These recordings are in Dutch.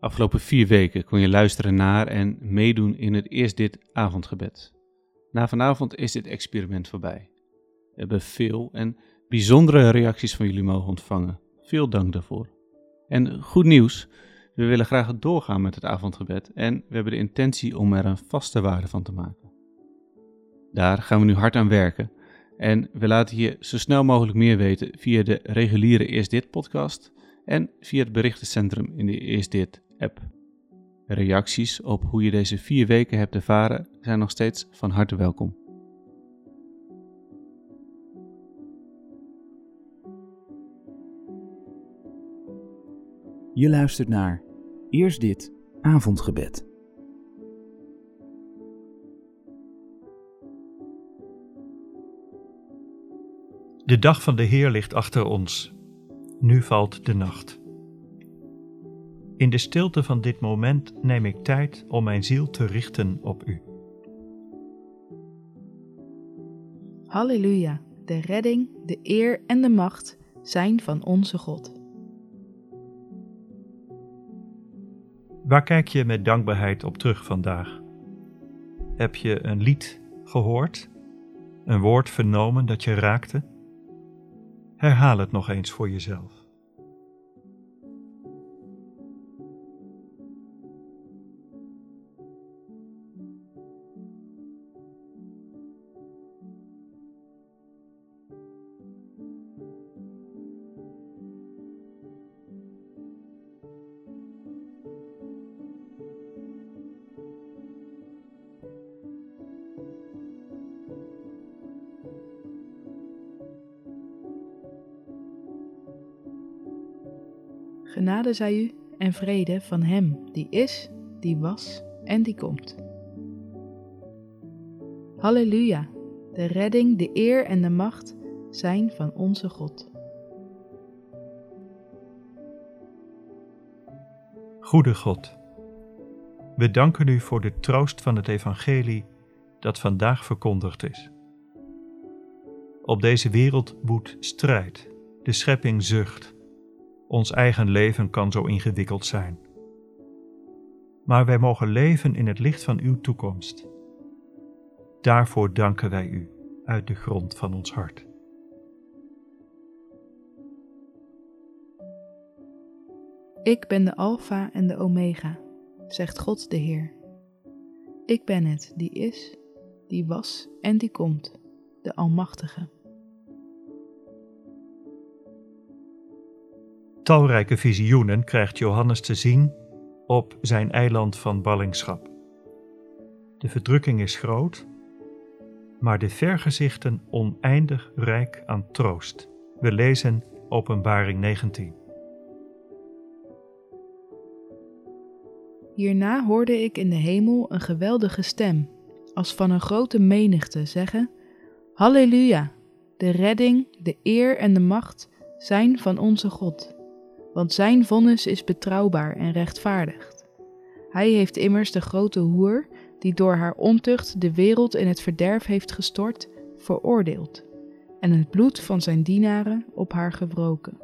Afgelopen 4 weken kon je luisteren naar en meedoen in het Eerst Dit avondgebed. Na vanavond is dit experiment voorbij. We hebben veel en bijzondere reacties van jullie mogen ontvangen. Veel dank daarvoor. En goed nieuws, we willen graag doorgaan met het avondgebed en we hebben de intentie om er een vaste waarde van te maken. Daar gaan we nu hard aan werken en we laten je zo snel mogelijk meer weten via de reguliere Eerst Dit podcast en via het berichtencentrum in de Eerst Dit app. Reacties op hoe je deze 4 weken hebt ervaren zijn nog steeds van harte welkom. Je luistert naar Eerst Dit avondgebed. De dag van de Heer ligt achter ons. Nu valt de nacht. In de stilte van dit moment neem ik tijd om mijn ziel te richten op U. Halleluja, de redding, de eer en de macht zijn van onze God. Waar kijk je met dankbaarheid op terug vandaag? Heb je een lied gehoord? Een woord vernomen dat je raakte? Herhaal het nog eens voor jezelf. Genade zij u en vrede van Hem die is, die was en die komt. Halleluja, de redding, de eer en de macht zijn van onze God. Goede God, we danken U voor de troost van het evangelie dat vandaag verkondigd is. Op deze wereld woedt strijd, de schepping zucht. Ons eigen leven kan zo ingewikkeld zijn. Maar wij mogen leven in het licht van uw toekomst. Daarvoor danken wij u uit de grond van ons hart. Ik ben de Alpha en de Omega, zegt God de Heer. Ik ben het die is, die was en die komt, de Almachtige. Talrijke visioenen krijgt Johannes te zien op zijn eiland van ballingschap. De verdrukking is groot, maar de vergezichten oneindig rijk aan troost. We lezen Openbaring 19. Hierna hoorde ik in de hemel een geweldige stem, als van een grote menigte, zeggen: Halleluja, de redding, de eer en de macht zijn van onze God. Want zijn vonnis is betrouwbaar en rechtvaardig. Hij heeft immers de grote hoer, die door haar ontucht de wereld in het verderf heeft gestort, veroordeeld, en het bloed van zijn dienaren op haar gewroken.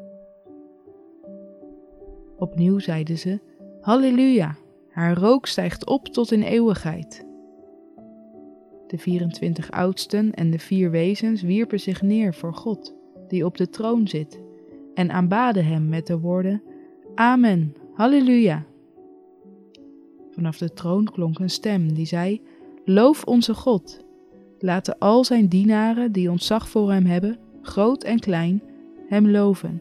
Opnieuw zeiden ze: Halleluja, haar rook stijgt op tot in eeuwigheid. De 24 oudsten en de 4 wezens wierpen zich neer voor God, die op de troon zit, en aanbaden hem met de woorden: Amen, halleluja. Vanaf de troon klonk een stem die zei: Loof onze God. Laten al zijn dienaren die ontzag voor hem hebben, groot en klein, hem loven.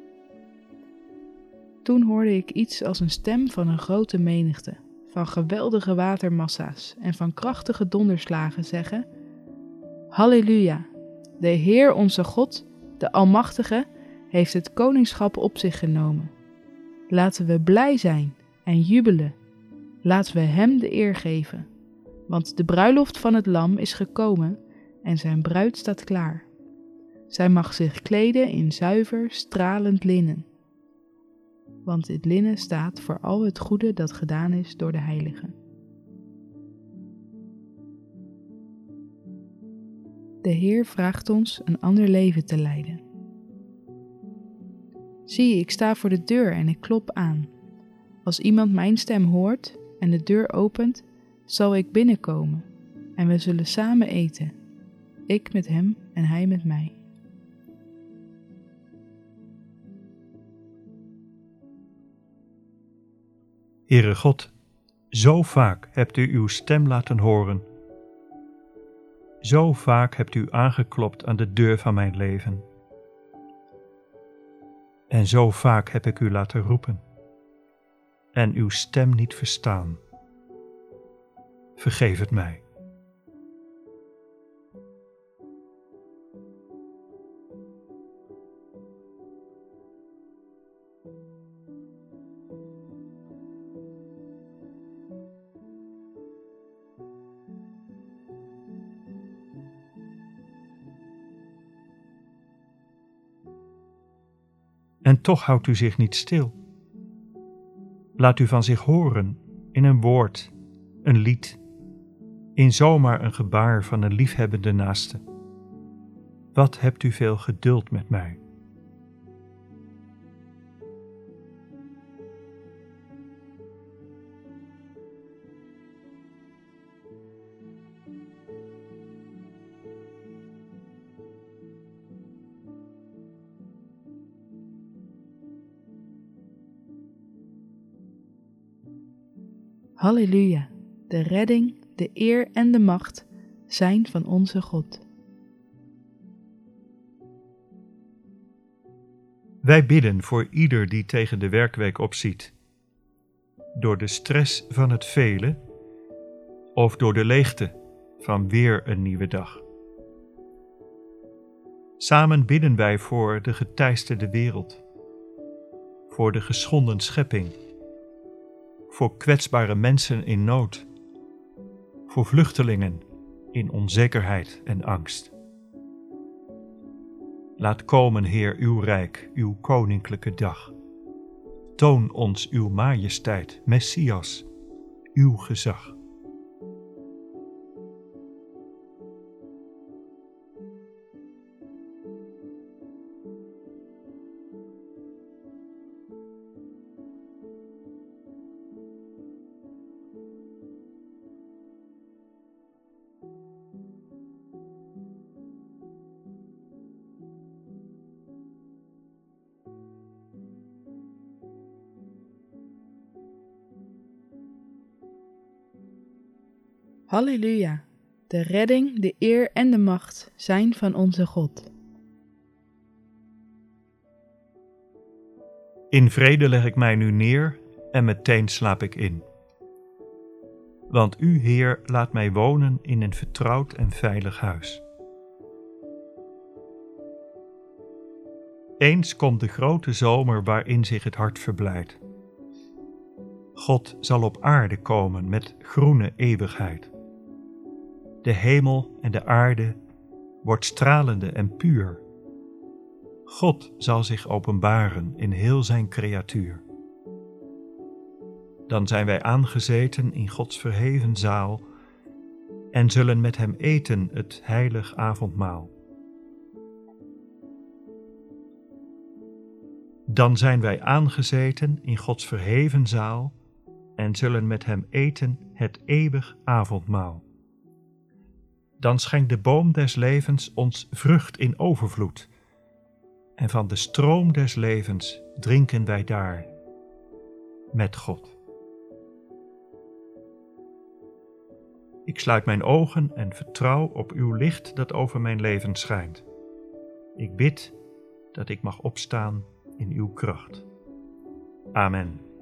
Toen hoorde ik iets als een stem van een grote menigte, van geweldige watermassa's en van krachtige donderslagen zeggen: Halleluja, de Heer onze God, de Almachtige, heeft het koningschap op zich genomen. Laten we blij zijn en jubelen. Laten we hem de eer geven, want de bruiloft van het lam is gekomen en zijn bruid staat klaar. Zij mag zich kleden in zuiver, stralend linnen. Want dit linnen staat voor al het goede dat gedaan is door de heiligen. De Heer vraagt ons een ander leven te leiden. Zie, ik sta voor de deur en ik klop aan. Als iemand mijn stem hoort en de deur opent, zal ik binnenkomen en we zullen samen eten, ik met hem en hij met mij. Heere God, zo vaak hebt u uw stem laten horen. Zo vaak hebt u aangeklopt aan de deur van mijn leven. En zo vaak heb ik u laten roepen en uw stem niet verstaan. Vergeef het mij. En toch houdt u zich niet stil. Laat u van zich horen in een woord, een lied, in zomaar een gebaar van een liefhebbende naaste. Wat hebt u veel geduld met mij? Halleluja, de redding, de eer en de macht zijn van onze God. Wij bidden voor ieder die tegen de werkweek opziet. Door de stress van het vele of door de leegte van weer een nieuwe dag. Samen bidden wij voor de geteisterde wereld, voor de geschonden schepping, voor kwetsbare mensen in nood, voor vluchtelingen in onzekerheid en angst. Laat komen, Heer, uw rijk, uw koninklijke dag. Toon ons uw majesteit, Messias, uw gezag. Halleluja, de redding, de eer en de macht zijn van onze God. In vrede leg ik mij nu neer en meteen slaap ik in. Want u, Heer, laat mij wonen in een vertrouwd en veilig huis. Eens komt de grote zomer waarin zich het hart verblijdt. God zal op aarde komen met groene eeuwigheid. De hemel en de aarde wordt stralende en puur. God zal zich openbaren in heel zijn creatuur. Dan zijn wij aangezeten in Gods verheven zaal en zullen met hem eten het heilig avondmaal. Dan zijn wij aangezeten in Gods verheven zaal en zullen met hem eten het eeuwig avondmaal. Dan schenkt de boom des levens ons vrucht in overvloed, en van de stroom des levens drinken wij daar met God. Ik sluit mijn ogen en vertrouw op uw licht dat over mijn leven schijnt. Ik bid dat ik mag opstaan in uw kracht. Amen.